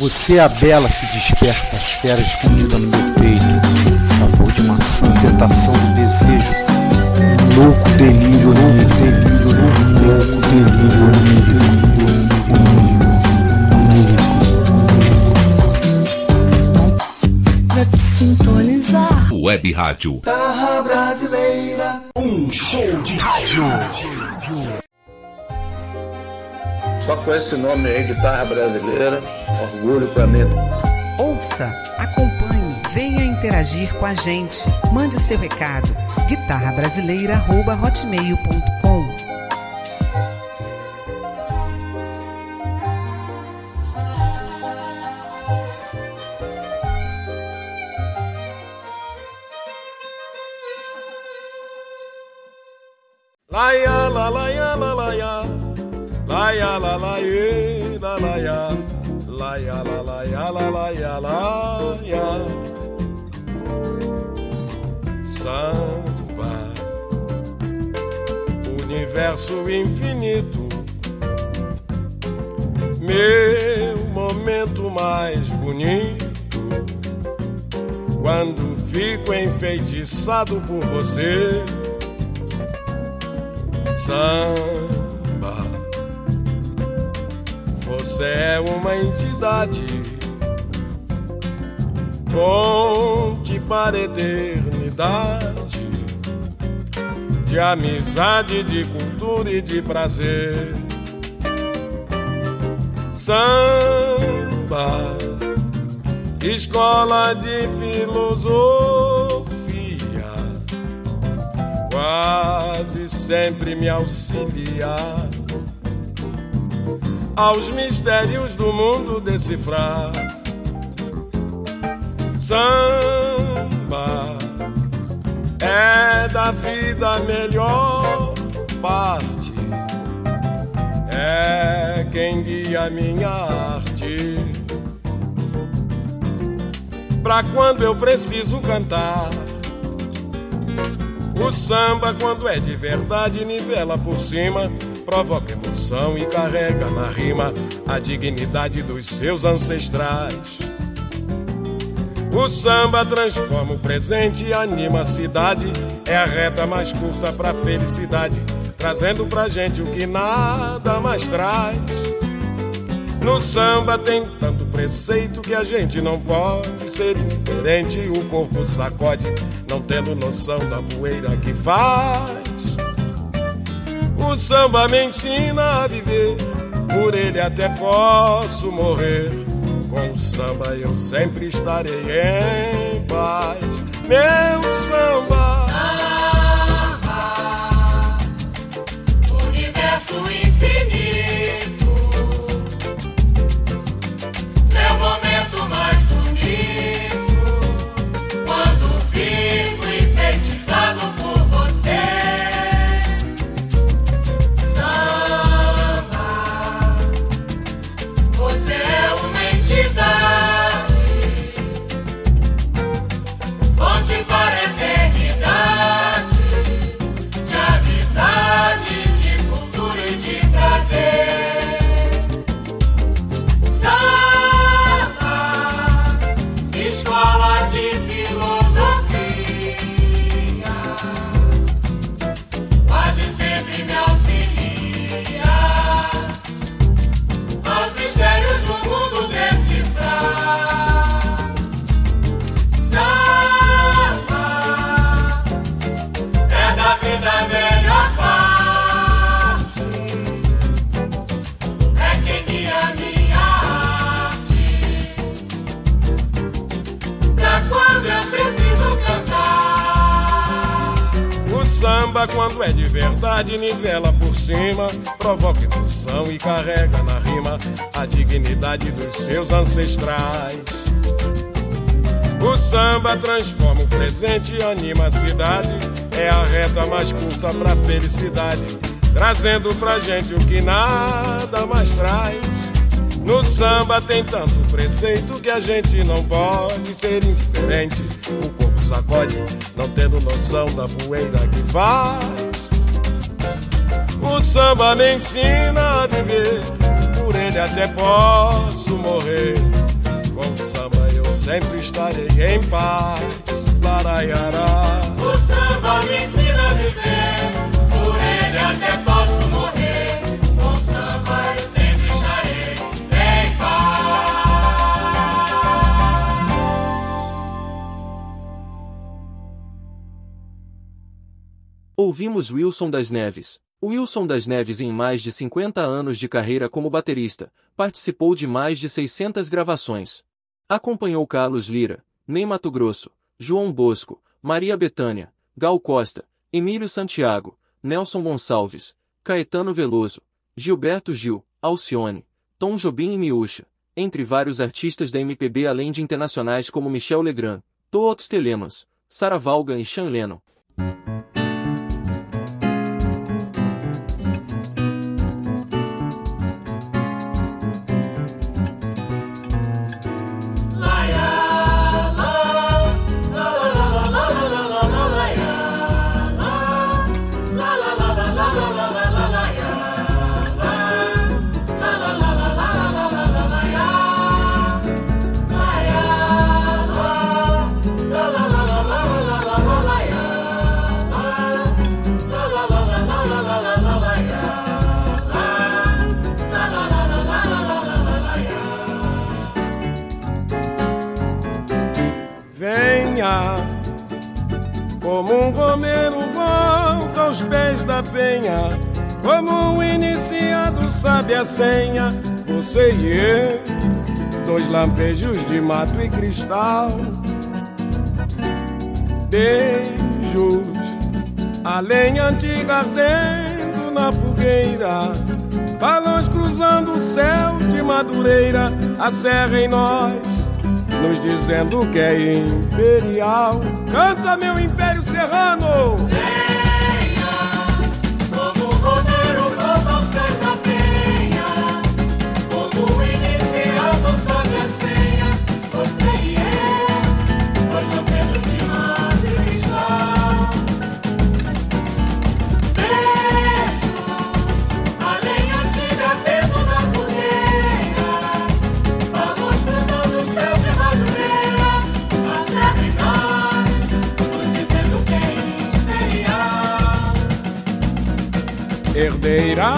Você é a bela que desperta a fera escondida no meu peito. Sabor de maçã, tentação do desejo. Um louco delírio, um louco delírio, Pra te sintonizar. Web Rádio Guitarra Brasileira, um show de rádio. Só com esse nome aí, Guitarra Brasileira, orgulho pra mim. Ouça, acompanhe, venha interagir com a gente. Mande seu recado, guitarrabrasileira@hotmail.com. Laia la laia la laia, laia la laia la laia, laia la laia la laia laia. Samba, universo infinito, meu momento mais bonito, quando fico enfeitiçado por você. Samba, você é uma entidade, fonte para eternidade, de amizade, de cultura e de prazer. Samba, escola de filosofia, quase sempre me auxiliar aos mistérios do mundo decifrar. Samba é da vida a melhor parte, é quem guia a minha arte, pra quando eu preciso cantar. O samba, quando é de verdade, nivela por cima, provoca emoção e carrega na rima a dignidade dos seus ancestrais. O samba transforma o presente e anima a cidade, é a reta mais curta pra felicidade, trazendo pra gente o que nada mais traz. No samba tem tanto preceito que a gente não pode ser indiferente. O corpo sacode, não tendo noção da poeira que faz. O samba me ensina a viver, por ele até posso morrer. Com o samba eu sempre estarei em paz. Meu samba, samba, universo infinito, meu momento mais bonito, quando fico enfeitiçado por você. Samba, você é uma entidade, fonte para a eternidade, de amizade, de cultura e de prazer. Samba, escola de filosofia, quase sempre me auxilia aos mistérios do mundo decifrar. Samba é da vida a melhor parte, é quem guia a minha arte, pra quando eu preciso cantar. o samba, quando é de verdade, nivela por cima, provoca emoção e carrega na rima a dignidade dos seus ancestrais. O samba transforma o presente e anima a cidade, é a reta mais curta pra felicidade, trazendo pra gente o que nada mais traz. No samba tem tanto preceito que a gente não pode ser indiferente. O corpo sacode, não tendo noção da poeira que faz. O samba me ensina a viver, por ele até posso morrer. sempre estarei em paz. Laraiará. O samba me ensina a viver, por ele até posso morrer. Com samba eu sempre estarei em paz. Ouvimos Wilson das Neves. Wilson das Neves, em mais de 50 anos de carreira como baterista, participou de mais de 600 gravações. Acompanhou Carlos Lira, Ney Matogrosso, João Bosco, Maria Bethânia, Gal Costa, Emílio Santiago, Nelson Gonçalves, Caetano Veloso, Gilberto Gil, Alcione, Tom Jobim e Miúcha, entre vários artistas da MPB, além de internacionais como Michel Legrand, Toots Telemann, Sarah Vaughan e Sean Lennon. Como um romeiro volta aos pés da penha, como um iniciado sabe a senha, você e eu, dois lampejos de mato e cristal. Beijos, a lenha antiga ardendo na fogueira, balões cruzando o céu de Madureira, a serra em nós, nos dizendo que é imperial. Canta, meu Império Serrano! Venha, como o romeiro volta aos pés da penha, como o iniciado sabe a senha, você e eu, dois lampejos de mato e cristal. Beijos, a lenha antiga ardendo na fogueira, balões cruzando o céu de Madureira, a serra em nós, nos dizendo que é imperial. Herdeira,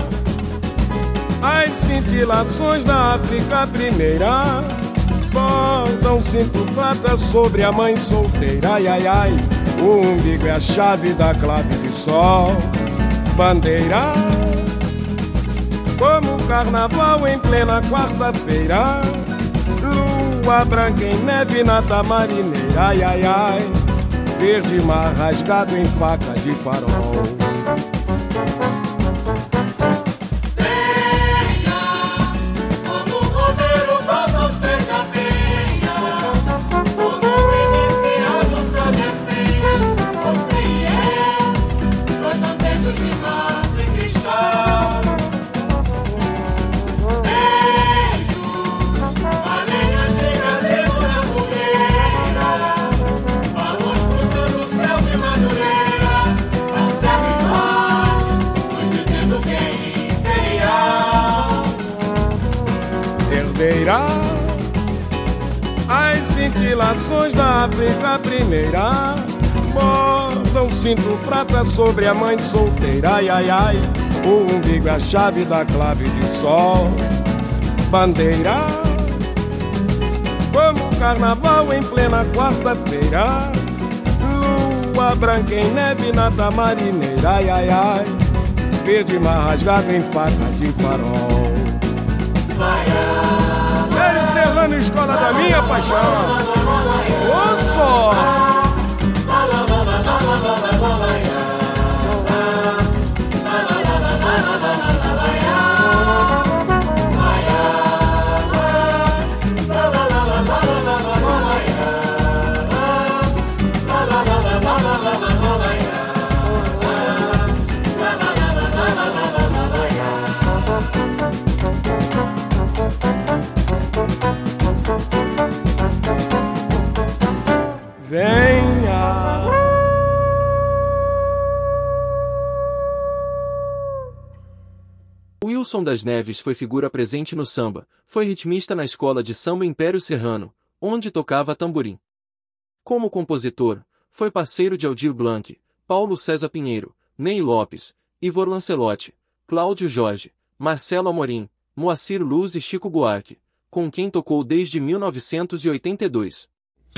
as cintilações da África primeira, bordam cinto prata sobre a mãe solteira. Ai, ai, ai, o umbigo é a chave da clave de sol. Bandeira, como um carnaval em plena quarta-feira, lua branca em neve na tamarineira. Ai, ai, ai, verde mar rasgado em faca de farol. Venha, como o romeiro volta aos pés da penha, como o iniciado sabe a senha, você e eu, dois lampejos de mato e cristal. Beijos, a lenha antiga ardendo na fogueira, balões cruzando o céu de Madureira, a serra em nós, nos dizendo que é imperial. Herdeira, as cintilações da África primeira, bordam cinto prata sobre a mãe solteira. Ai, ai, ai, o umbigo é a chave da clave de sol. Bandeira, como o carnaval em plena quarta-feira, lua branca em neve na tamarineira. Ai, ai, ai, verde mar rasgado em faca de farol. Império Serrano, escola da minha paixão. Boa sorte! Wilson das Neves foi figura presente no samba, foi ritmista na escola de samba Império Serrano, onde tocava tamborim. Como compositor, foi parceiro de Aldir Blanc, Paulo César Pinheiro, Ney Lopes, Ivor Lancelotti, Cláudio Jorge, Marcelo Amorim, Moacir Luz e Chico Buarque, com quem tocou desde 1982.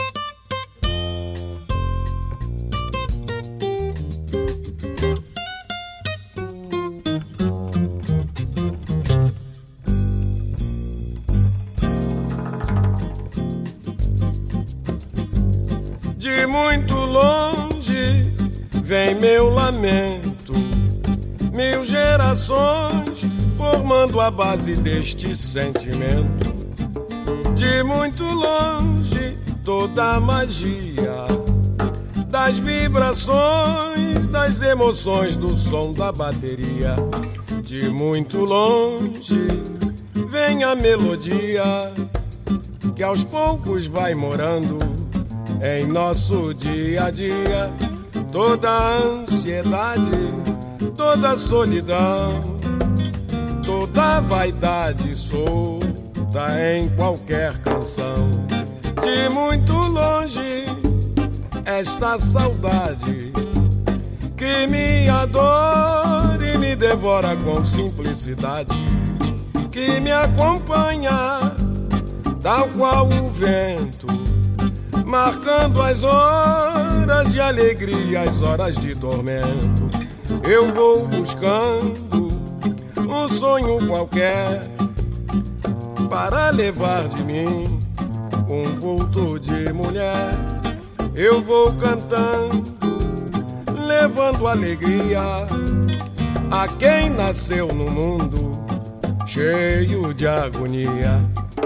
De muito longe vem meu lamento, 1000 gerações formando a base deste sentimento. De muito longe toda a magia das vibrações, das emoções do som da bateria. De muito longe vem a melodia que aos poucos vai morando em nosso dia a dia. Toda a ansiedade, toda a solidão, toda a vaidade solta em qualquer canção. De muito longe esta saudade que me adora e me devora com simplicidade, que me acompanha tal qual o vento, marcando as horas de alegria, as horas de tormento. Eu vou buscando um sonho qualquer para levar de mim um vulto de mulher. Eu vou cantando, levando alegria a quem nasceu no mundo cheio de agonia.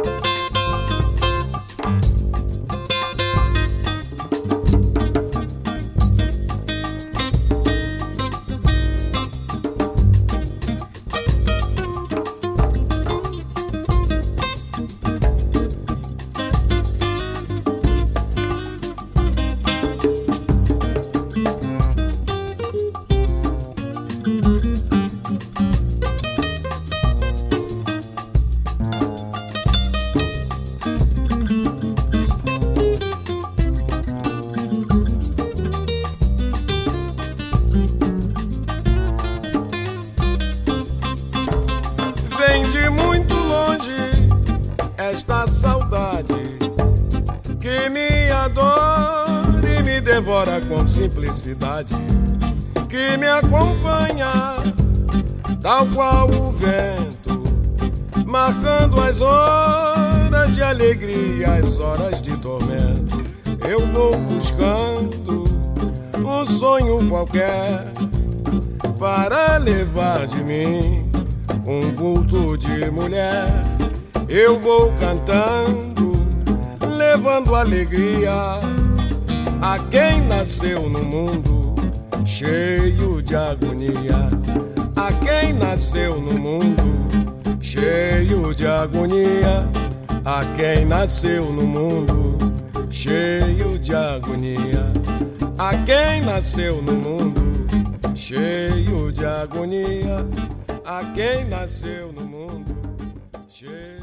Esta saudade que me adora e me devora com simplicidade, que me acompanha tal qual o vento, marcando as horas de alegria, as horas de tormento. Eu vou buscando um sonho qualquer para levar de mim um vulto de mulher. Eu vou cantando, levando alegria a quem nasceu no mundo cheio de agonia. A quem nasceu no mundo cheio de agonia. A quem nasceu no mundo cheio de agonia. A quem nasceu no mundo cheio de agonia. A quem nasceu no mundo cheio.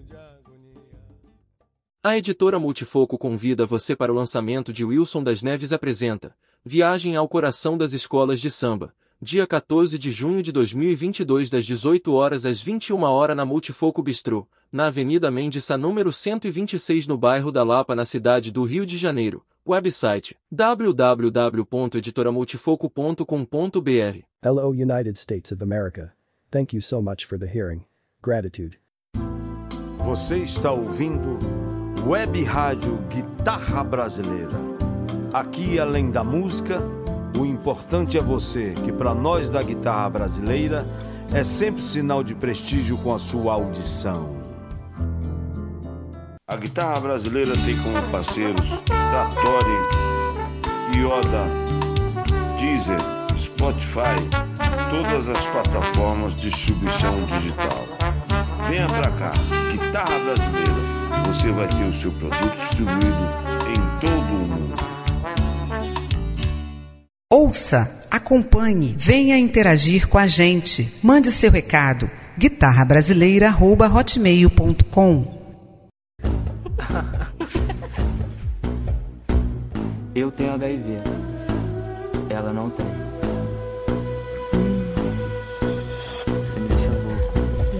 A editora Multifoco convida você para o lançamento de Wilson das Neves apresenta Viagem ao Coração das Escolas de Samba, dia 14 de junho de 2022 das 18 horas às 21 horas na Multifoco Bistrô, na Avenida Mendes Sá número 126 no bairro da Lapa na cidade do Rio de Janeiro. Website www.editoramultifoco.com.br. Hello United States of America. Thank you so much for the hearing. Gratitude. Você está ouvindo Web Rádio Guitarra Brasileira. Aqui, além da música, o importante é você, que para nós da guitarra brasileira é sempre sinal de prestígio com a sua audição. A guitarra brasileira tem como parceiros Trattori, Yoda, Deezer, Spotify, todas as plataformas de distribuição digital. Venha pra cá, Guitarra Brasileira. Você vai ter o seu produto distribuído em todo o mundo. Ouça, acompanhe, venha interagir com a gente. Mande seu recado. guitarrabrasileira@hotmail.com Eu tenho HIV. Ela não tem. Você me deixa louco.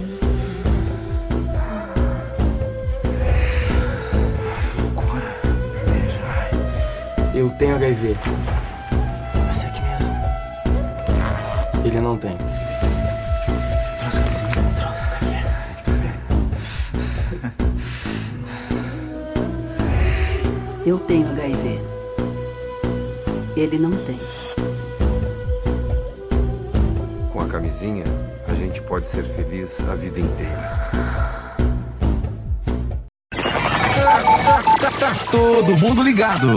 Que loucura. Eu tenho HIV. Você aqui mesmo. Ele não tem. Trouxe a camisinha. Trouxe, tá aqui. Eu tenho HIV. Ele não tem. Com a camisinha, a gente pode ser feliz a vida inteira. Tá todo mundo ligado.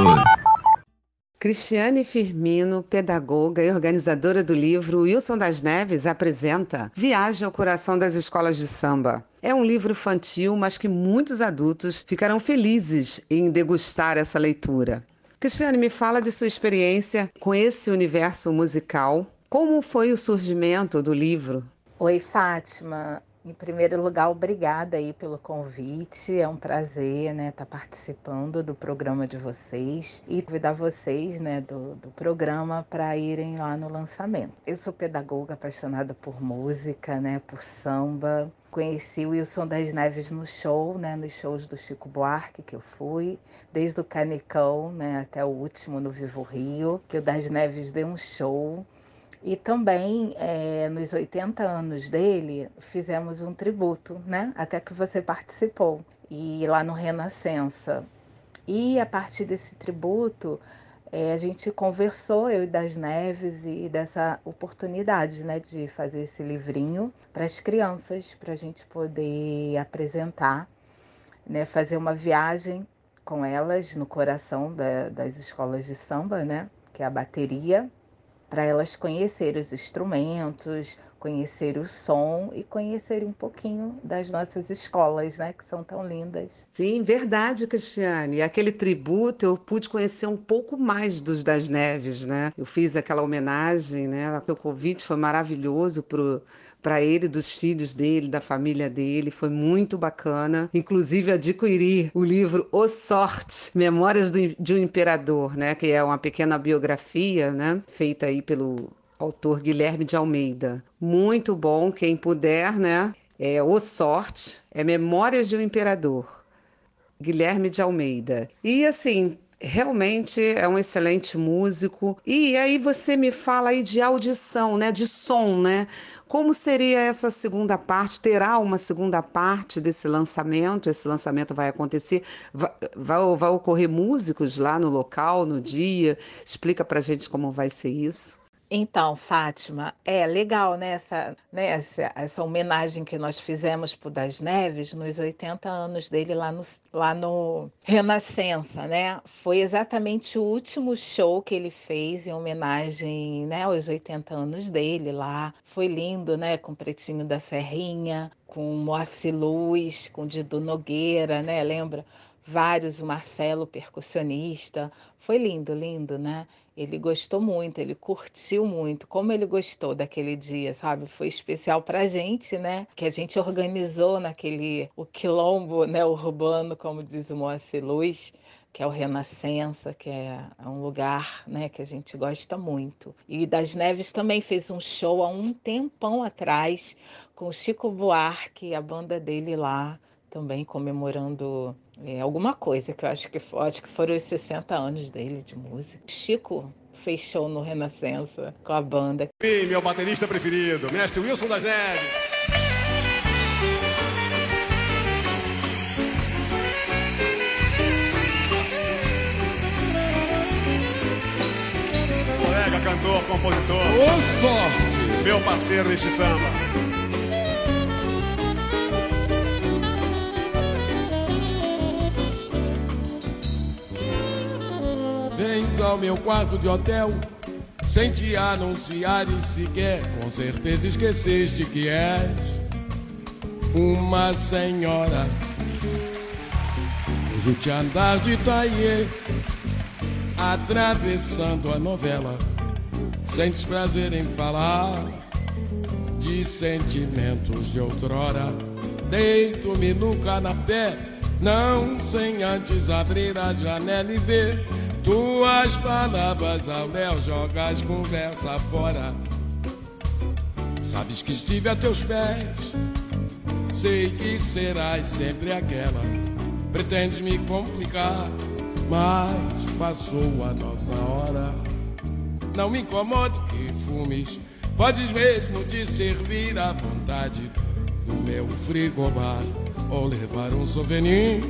Cristiane Firmino, pedagoga e organizadora do livro Wilson das Neves, apresenta Viagem ao Coração das Escolas de Samba. É um livro infantil, mas que muitos adultos ficarão felizes em degustar essa leitura. Cristiane, me fala de sua experiência com esse universo musical. Como foi o surgimento do livro? Oi, Fátima. Em primeiro lugar, obrigada aí pelo convite. É um prazer, né, estar participando do programa de vocês e convidar vocês, né, do programa para irem lá no lançamento. Eu sou pedagoga apaixonada por música, né, por samba. Conheci o Wilson das Neves no show, né, nos shows do Chico Buarque que eu fui, desde o Canicão, né, até o último no Vivo Rio, que o Das Neves deu um show. E também, nos 80 anos dele, fizemos um tributo, né? Até que você participou, e lá no Renascença. E a partir desse tributo, a gente conversou, eu e Das Neves, e dessa oportunidade, né, de fazer esse livrinho para as crianças, para a gente poder apresentar, né, fazer uma viagem com elas no coração das escolas de samba, né, que é a bateria, para elas conhecerem os instrumentos, conhecerem o som e conhecerem um pouquinho das nossas escolas, né, que são tão lindas. Sim, verdade, Cristiane. Aquele tributo eu pude conhecer um pouco mais dos Das Neves, né? Eu fiz aquela homenagem, né? O convite foi maravilhoso para ele, dos filhos dele, da família dele, foi muito bacana. Inclusive adquiri o livro O Sorte, Memórias de um Imperador, né? Que é uma pequena biografia, né? Feita aí pelo autor Guilherme de Almeida. Muito bom, quem puder, né? O Sorte, Memórias de um Imperador, Guilherme de Almeida. E assim, realmente é um excelente músico. E aí você me fala aí de audição, né? De som, né? Como seria essa segunda parte? Terá uma segunda parte desse lançamento? Esse lançamento vai acontecer? Vai ocorrer músicos lá no local, no dia? Explica pra gente como vai ser isso. Então, Fátima, é legal, né, essa homenagem que nós fizemos para o Das Neves nos 80 anos dele lá no Renascença, né? Foi exatamente o último show que ele fez em homenagem, né, aos 80 anos dele lá. Foi lindo, né, com o Pretinho da Serrinha, com Moacir Luz, com Didu Nogueira, né, lembra? Vários, o Marcelo, percussionista. Foi lindo, lindo, né? Ele gostou muito, ele curtiu muito. Como ele gostou daquele dia, sabe? Foi especial pra gente, né? Que a gente organizou o quilombo, né, urbano, como diz o Moacir Luz, que é o Renascença, que é um lugar, né, que a gente gosta muito. E Das Neves também fez um show há um tempão atrás com o Chico Buarque, a banda dele lá, também comemorando alguma coisa, que eu acho que foram os 60 anos dele de música. Chico fez show no Renascença com a banda. E meu baterista preferido, mestre Wilson das Neves. Colega, cantor, compositor. Ô sorte! Meu parceiro neste samba. Vens ao meu quarto de hotel, sem te anunciares sequer, com certeza esqueceste que és uma senhora. Vejo-te andar de taie, atravessando a novela. Sentes prazer em falar de sentimentos de outrora. Deito-me no canapé, não sem antes abrir a janela e ver Tuas palavras ao léu jogas conversa fora. Sabes que estive a teus pés, sei que serás sempre aquela. Pretendes me complicar, mas passou a nossa hora. Não me incomodo que fumes, podes mesmo te servir à vontade do meu frigobar ou levar um souvenir.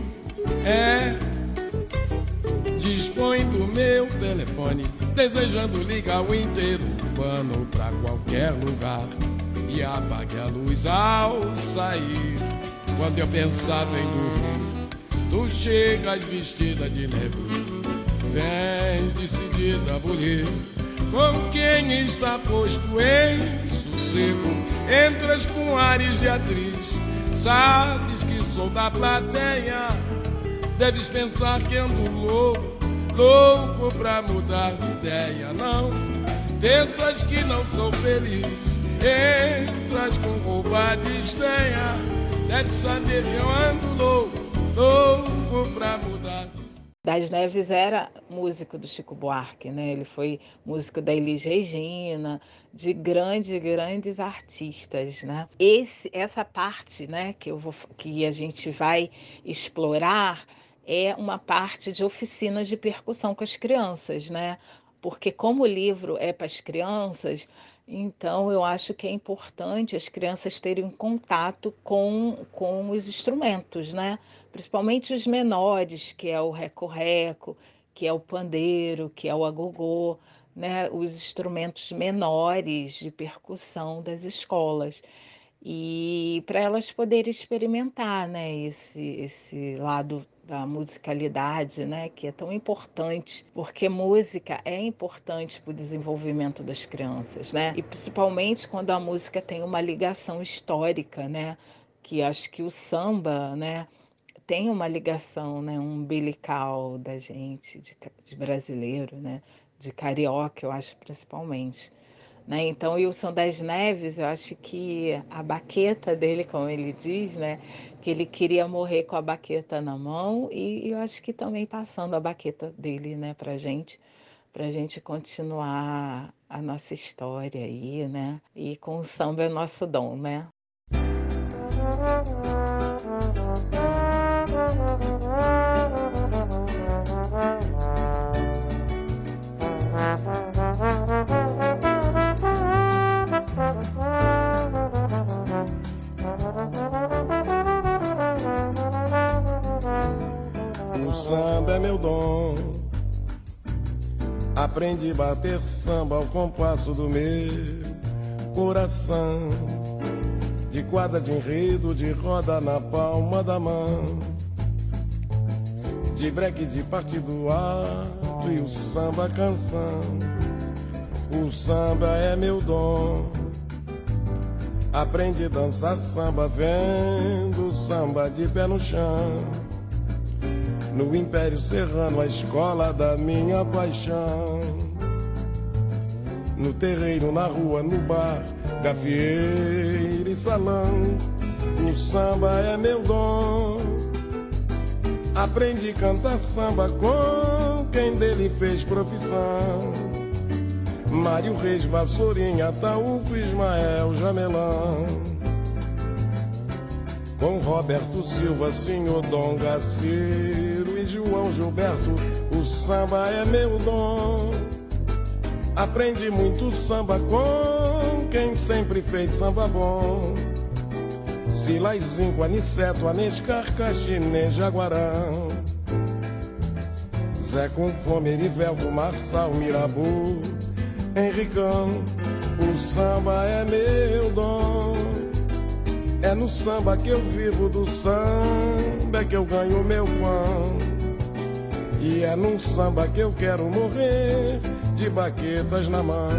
Dispõe do meu telefone, desejando ligar o inteiro pano pra qualquer lugar. E apague a luz ao sair. Quando eu pensava em dormir, tu chegas vestida de neve, vens decidida a bulir. Com quem está posto em sossego, entras com ares de atriz. Sabes que sou da plateia, deves pensar que ando louco pra mudar de ideia. Não, pensas que não sou feliz, entras com roupa de estenha. Deve saber que eu ando louco pra mudar. Das Neves era músico do Chico Buarque, né? Ele foi músico da Elis Regina, de grandes artistas, né? Essa parte, né, que a gente vai explorar é uma parte de oficinas de percussão com as crianças, né? Porque como o livro é para as crianças, então eu acho que é importante as crianças terem contato com os instrumentos, né? Principalmente os menores, que é o reco-reco, que é o pandeiro, que é o agogô, né? Os instrumentos menores de percussão das escolas. E para elas poderem experimentar, né, esse lado da musicalidade, né, que é tão importante, porque música é importante para o desenvolvimento das crianças, né? E principalmente quando a música tem uma ligação histórica, né? Que acho que o samba, né, tem uma ligação, né, umbilical da gente, de brasileiro, né, de carioca, eu acho principalmente. Né? Então, o Wilson das Neves, eu acho que a baqueta dele, como ele diz, né, que ele queria morrer com a baqueta na mão, e eu acho que também passando a baqueta dele, né, pra gente continuar a nossa história aí, né? E com o samba é nosso dom, né? O samba é meu dom, aprendi a bater samba ao compasso do meu coração, de quadra de enredo, de roda na palma da mão, de breque de partido alto e o samba canção. O samba é meu dom, aprendi a dançar samba vendo samba de pé no chão. No Império Serrano, a escola da minha paixão. No terreiro, na rua, no bar, gafieira e salão. O samba é meu dom, aprendi a cantar samba com quem dele fez profissão. Mário Reis, Vassourinha, Ataúfo, Ismael, Jamelão. Com Roberto Silva, Senhor Dom Gaciro e João Gilberto, o samba é meu dom. Aprendi muito samba com quem sempre fez samba bom. Silaizinho, Aniceto, Anescar, Caxinê, Jaguarão. Zé com Fome, Erivelto, Marçal, Mirabu, Henricão, o samba é meu dom. É no samba que eu vivo, do samba que eu ganho meu pão. E é num samba que eu quero morrer, de baquetas na mão.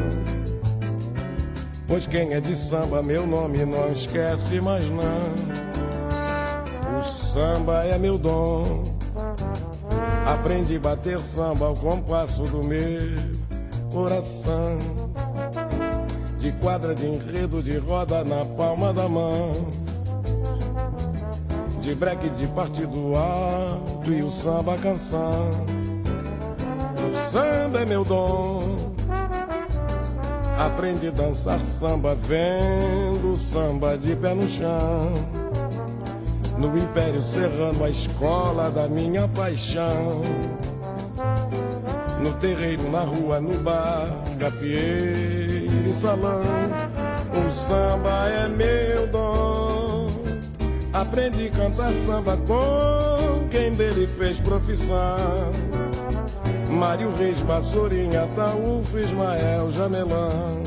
Pois quem é de samba, meu nome não esquece mais não. O samba é meu dom, aprendi a bater samba ao compasso do meu coração. De quadra de enredo, de roda na palma da mão, de breque de partido alto e o samba canção. o samba é meu dom. Aprendi a dançar samba vendo samba de pé no chão. No Império Serrano, a escola da minha paixão. No terreiro, na rua, no bar, gafieira e salão, o samba é meu dom. Aprendi a cantar samba com quem dele fez profissão. Mário Reis, Vassourinha, Ataúfo, Ismael, Jamelão.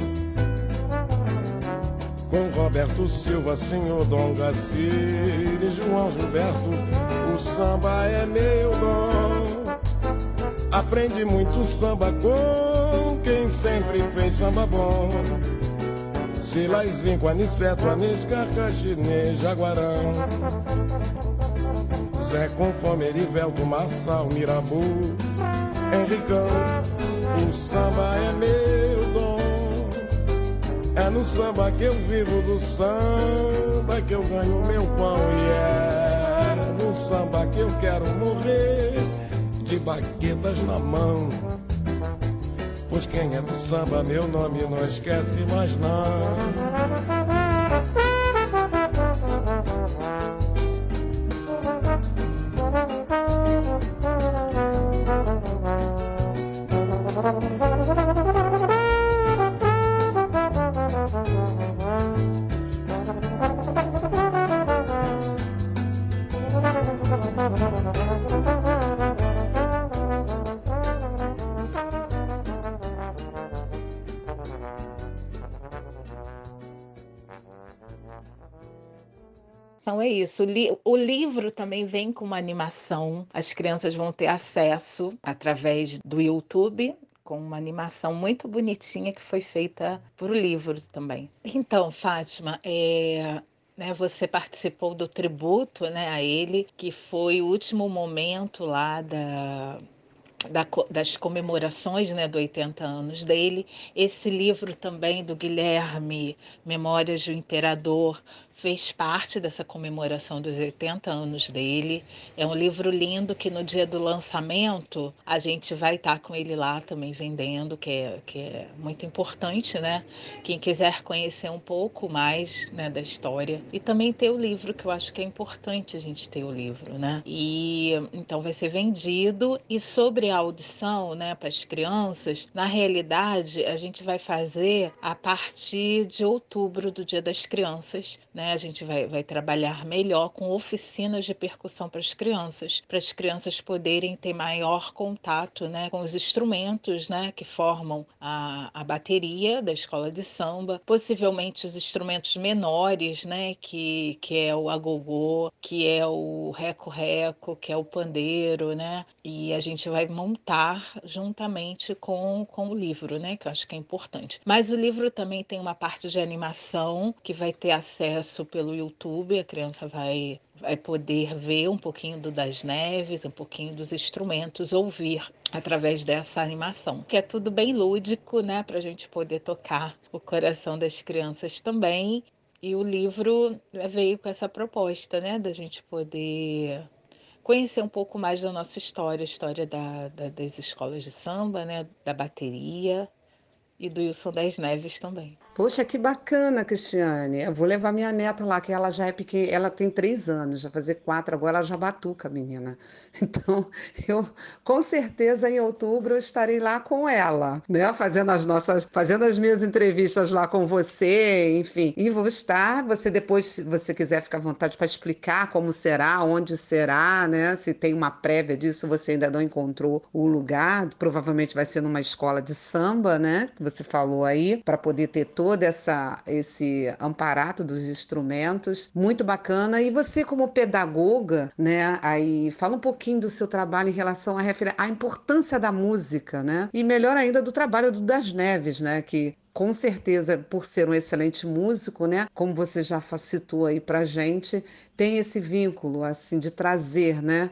Com Roberto Silva, Senhor Dom Gacir e João Gilberto, o samba é meu dom. Aprendi muito samba com quem sempre fez samba bom. Silaizinho, Aniceto, Anis, Carcaxinê, Jaguarão. Zé Conforme, Erivelto, Marçal, Mirabu, Henricão, o samba é meu dom. É no samba que eu vivo, do samba que eu ganho meu pão. E é no samba que eu quero morrer, de baquetas na mão. Pois quem é do samba, meu nome não esquece mais não. Então é isso. O livro também vem com uma animação. As crianças vão ter acesso através do YouTube, com uma animação muito bonitinha que foi feita para o livro também. Então, Fátima, né, você participou do tributo, né, a ele, que foi o último momento lá das comemorações, né, dos 80 anos dele. Esse livro também do Guilherme, Memórias do Imperador, fez parte dessa comemoração dos 80 anos dele. É um livro lindo que no dia do lançamento a gente vai estar com ele lá também vendendo, que é muito importante, né? Quem quiser conhecer um pouco mais, né, da história. E também ter o livro, que eu acho que é importante a gente ter o livro, né? E então vai ser vendido. E sobre a audição, né, para as crianças, na realidade a gente vai fazer a partir de outubro, do Dia das Crianças, né? A gente vai trabalhar melhor com oficinas de percussão para as crianças poderem ter maior contato, né, com os instrumentos, né, que formam a bateria da escola de samba, possivelmente os instrumentos menores, né, que é o agogô, que é o reco-reco, que é o pandeiro, né, e a gente vai montar juntamente com o livro, né, que eu acho que é importante. Mas o livro também tem uma parte de animação que vai ter acesso pelo YouTube, a criança vai poder ver um pouquinho do Das Neves, um pouquinho dos instrumentos, ouvir através dessa animação, que é tudo bem lúdico, né, para a gente poder tocar o coração das crianças também. E o livro veio com essa proposta, né, da gente poder conhecer um pouco mais da nossa história, a história das escolas de samba, né, da bateria e do Wilson Das Neves também. Poxa, que bacana, Cristiane. Eu vou levar minha neta lá, que ela já é pequena, ela tem 3 anos, já fazer 4, agora ela já batuca, menina. Então, eu com certeza em outubro eu estarei lá com ela, né? Fazendo as minhas entrevistas lá com você, enfim. E vou estar, você depois, se você quiser, ficar à vontade para explicar como será, onde será, né? Se tem uma prévia disso, você ainda não encontrou o lugar, provavelmente vai ser numa escola de samba, né? Que você falou aí, para poder ter todo esse amparato dos instrumentos, muito bacana. E você como pedagoga, né, aí fala um pouquinho do seu trabalho em relação à importância da música, né, e melhor ainda do trabalho do Das Neves, né, que com certeza, por ser um excelente músico, né, como você já citou aí pra gente, tem esse vínculo, assim, de trazer, né,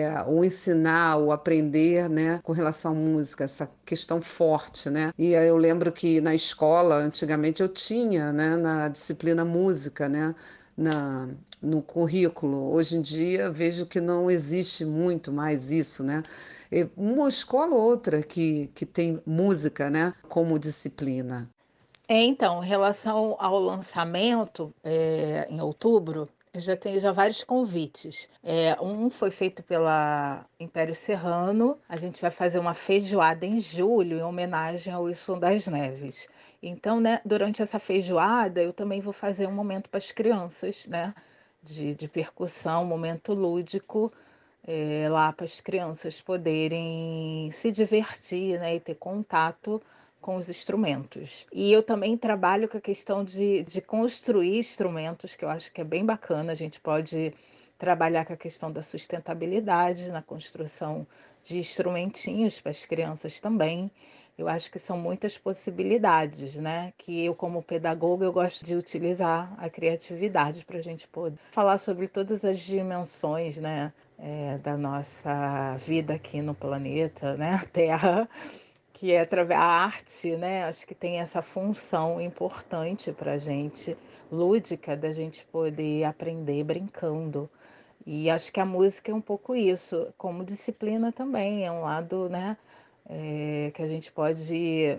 o ensinar, o aprender, né, com relação à música, essa questão forte, né. E eu lembro que na escola, antigamente, eu tinha, né, na disciplina música, né, no currículo. Hoje em dia vejo que não existe muito mais isso, né? Uma escola ou outra que tem música, né, como disciplina. Então, em relação ao lançamento, em outubro, eu já tenho vários convites. Um foi feito pela Império Serrano. A gente vai fazer uma feijoada em julho, em homenagem ao Wilson das Neves. Então, né, durante essa feijoada, eu também vou fazer um momento para as crianças, né, de percussão, um momento lúdico, lá para as crianças poderem se divertir, né, e ter contato com os instrumentos. E eu também trabalho com a questão de construir instrumentos, que eu acho que é bem bacana. A gente pode trabalhar com a questão da sustentabilidade na construção de instrumentinhos para as crianças também. Eu acho que são muitas possibilidades, né? Que eu, como pedagoga, eu gosto de utilizar a criatividade para a gente poder falar sobre todas as dimensões, né? Da nossa vida aqui no planeta, né? Terra, que é através da arte, né? Acho que tem essa função importante para a gente, lúdica, da gente poder aprender brincando. E acho que a música é um pouco isso, como disciplina também, é um lado, né, que a gente pode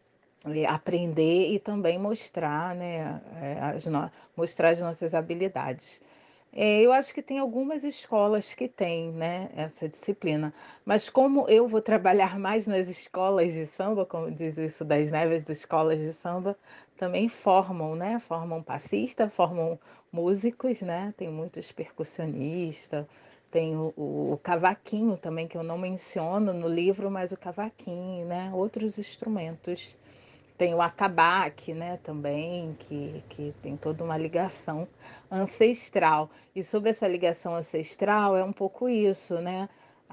aprender e também mostrar, né, mostrar as nossas habilidades. Eu acho que tem algumas escolas que têm, né, essa disciplina, mas como eu vou trabalhar mais nas escolas de samba, como diz isso das Neves, das escolas de samba, também formam, né, formam passista, formam músicos, né, tem muitos percussionistas, tem o cavaquinho também, que eu não menciono no livro, mas o cavaquinho, né, outros instrumentos. Tem o atabaque, né, também, que tem toda uma ligação ancestral. E sobre essa ligação ancestral é um pouco isso, né?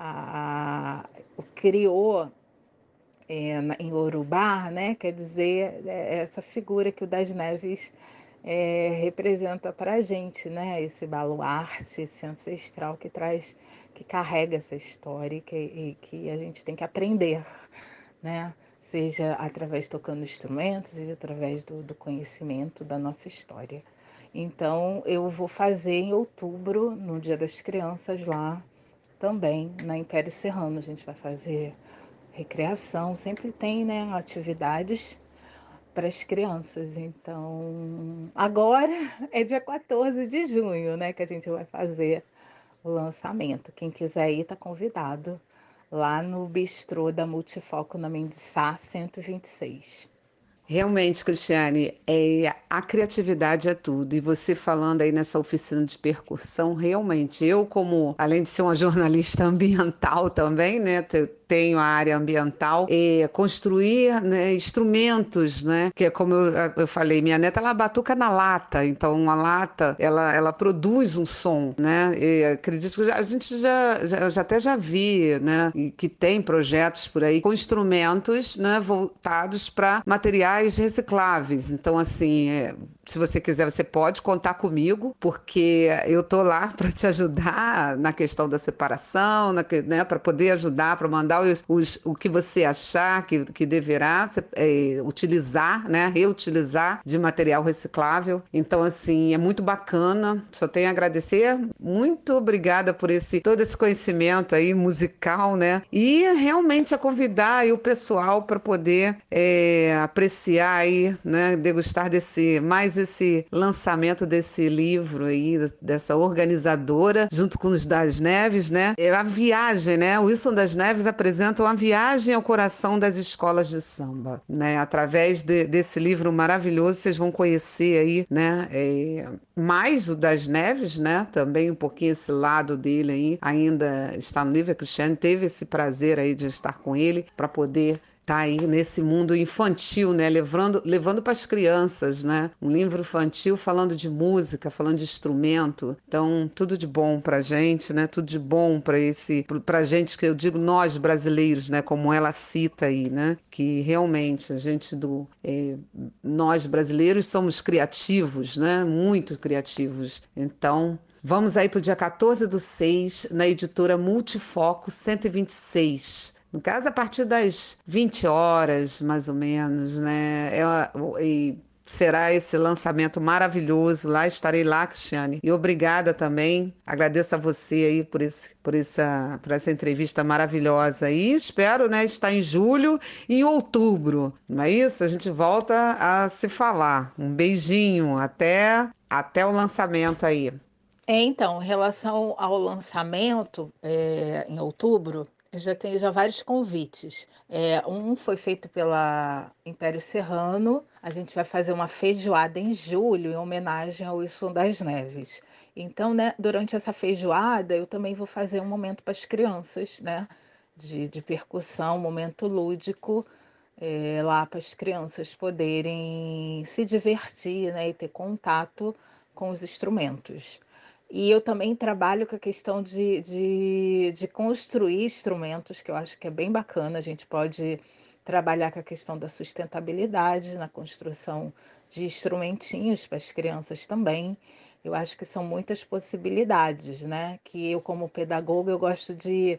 O criô em Urubá, né, quer dizer, essa figura que o Das Neves representa para a gente, né? Esse baluarte, esse ancestral que traz, que carrega essa história e que a gente tem que aprender, né? Seja através tocando instrumentos, seja através do conhecimento da nossa história. Então, eu vou fazer em outubro, no Dia das Crianças, lá também, na Império Serrano. A gente vai fazer recreação, sempre tem, né, atividades para as crianças. Então, agora é dia 14 de junho, né, que a gente vai fazer o lançamento. Quem quiser ir, está convidado lá no bistrô da Multifoco na Mendissá 126. Realmente, Cristiane, a criatividade é tudo. E você falando aí nessa oficina de percussão, realmente, eu como, além de ser uma jornalista ambiental também, né, tenho a área ambiental, construir, né, instrumentos, né, que é como eu falei, minha neta, ela batuca na lata, então uma lata, ela produz um som, né, e acredito que a gente já vi, né, e que tem projetos por aí com instrumentos, né, voltados para materiais recicláveis. Então, assim, se você quiser, você pode contar comigo, porque eu tô lá para te ajudar na questão da separação, né, para poder ajudar, para mandar o que você achar que deverá utilizar, né, reutilizar de material reciclável. Então, assim, é muito bacana. Só tenho a agradecer. Muito obrigada por todo esse conhecimento aí musical, né? E realmente a convidar aí o pessoal para poder apreciar aí, né, degustar mais esse lançamento desse livro aí, dessa organizadora, junto com os Das Neves, né? A viagem, né? O Wilson das Neves apresenta uma viagem ao coração das escolas de samba, né? Através desse livro maravilhoso, vocês vão conhecer aí, né? Mais o Das Neves, né? Também um pouquinho esse lado dele aí, ainda está no livro. A Cristiane teve esse prazer aí de estar com ele para poder tá aí nesse mundo infantil, né? Levando para as crianças, né? Um livro infantil falando de música, falando de instrumento. Então, tudo de bom pra gente, né? Tudo de bom pra gente, que eu digo nós brasileiros, né? Como ela cita aí, né? Que realmente a gente nós brasileiros somos criativos, né? Muito criativos. Então, vamos aí pro dia 14/6, na editora Multifoco 126. No caso, a partir das 20 horas, mais ou menos, né? será esse lançamento maravilhoso. Lá estarei lá, Cristiane. E obrigada também. Agradeço a você aí por essa entrevista maravilhosa. E espero, né, estar em julho e em outubro. Não é isso? A gente volta a se falar. Um beijinho. Até o lançamento aí. Então, em relação ao lançamento, em outubro, eu já tenho vários convites. Um foi feito pela Império Serrano. A gente vai fazer uma feijoada em julho, em homenagem ao Wilson das Neves. Então, né, durante essa feijoada, eu também vou fazer um momento para as crianças, né, de percussão, um momento lúdico, lá para as crianças poderem se divertir, né, e ter contato com os instrumentos. E eu também trabalho com a questão de construir instrumentos, que eu acho que é bem bacana. A gente pode trabalhar com a questão da sustentabilidade na construção de instrumentinhos para as crianças também. Eu acho que são muitas possibilidades, né? Que eu, como pedagoga, eu gosto de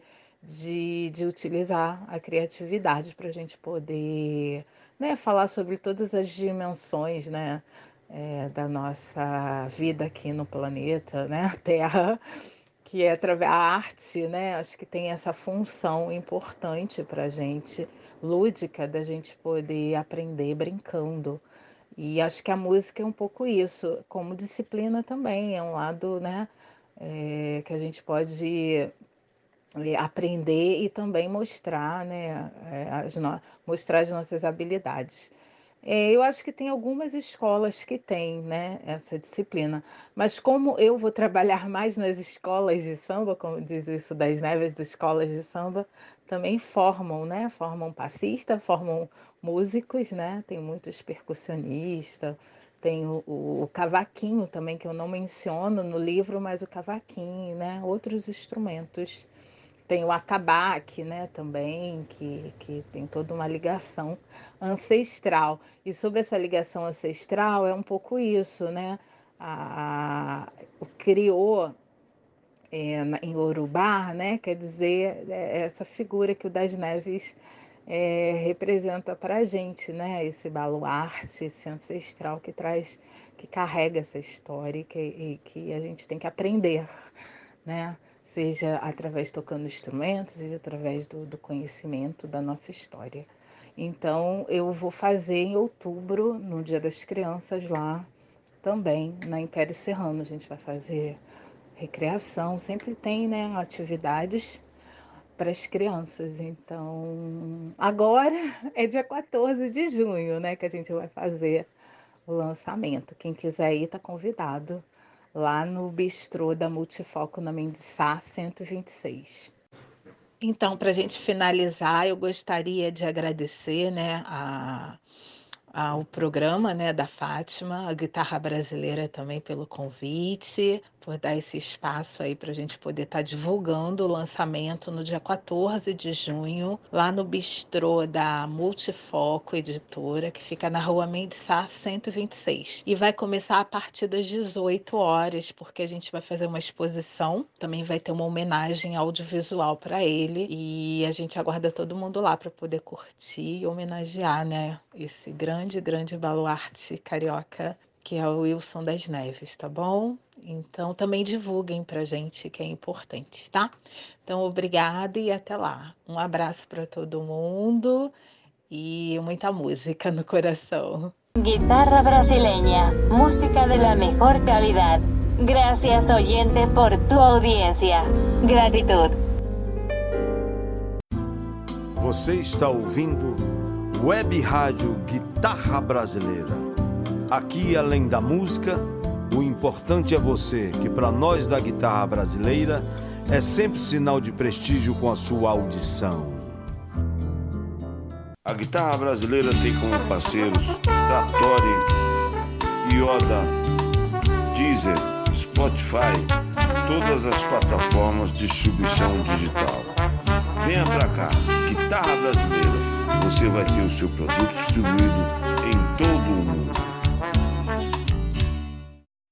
utilizar a criatividade para a gente poder, né, falar sobre todas as dimensões, né? Da nossa vida aqui no planeta, né, Terra, que é através da arte, né, acho que tem essa função importante para a gente, lúdica, da gente poder aprender brincando. E acho que a música é um pouco isso, como disciplina também, é um lado, né, que a gente pode aprender e também mostrar, né, mostrar as nossas habilidades. Eu acho que tem algumas escolas que têm, né, essa disciplina, mas como eu vou trabalhar mais nas escolas de samba, como diz o Wilson das Neves, das escolas de samba, também formam, né, formam passista, formam músicos, né, tem muitos percussionistas, tem o cavaquinho também, que eu não menciono no livro, mas o cavaquinho, né, outros instrumentos. Tem o atabaque, né, também, que tem toda uma ligação ancestral. E sobre essa ligação ancestral é um pouco isso, né? O criô em Yorubá, né, quer dizer, essa figura que o Das Neves representa para a gente, né? Esse baluarte, esse ancestral que carrega essa história e que a gente tem que aprender, né? Seja através tocando instrumentos, seja através do conhecimento da nossa história. Então, eu vou fazer em outubro, no Dia das Crianças, lá também, na Império Serrano. A gente vai fazer recreação, sempre tem, né, atividades para as crianças. Então, agora é dia 14 de junho, né, que a gente vai fazer o lançamento. Quem quiser ir, está convidado, lá no bistrô da Multifoco na Mendes Sá 126. Então, para a gente finalizar, eu gostaria de agradecer, né, ao programa, né, da Fátima, a Guitarra Brasileira também pelo convite, por dar esse espaço aí para a gente poder estar divulgando o lançamento no dia 14 de junho, lá no bistrô da Multifoco Editora, que fica na Rua Mendes Sá 126. E vai começar a partir das 18 horas, porque a gente vai fazer uma exposição, também vai ter uma homenagem audiovisual para ele, e a gente aguarda todo mundo lá para poder curtir e homenagear, né, esse grande baluarte carioca que é o Wilson das Neves, tá bom? Então também divulguem pra gente, que é importante, tá? Então obrigada e até lá. Um abraço para todo mundo e muita música no coração. Guitarra brasileña, música de la mejor calidad. Gracias oyente por tu audiencia. Gratitud. Você está ouvindo Web Rádio Guitarra Brasileira. Aqui, além da música, o importante é você, que para nós da guitarra brasileira é sempre sinal de prestígio com a sua audição. A guitarra brasileira tem como parceiros Trattori, Yoda, Deezer, Spotify, todas as plataformas de distribuição digital. Venha pra cá, Guitarra Brasileira, você vai ter o seu produto distribuído em todo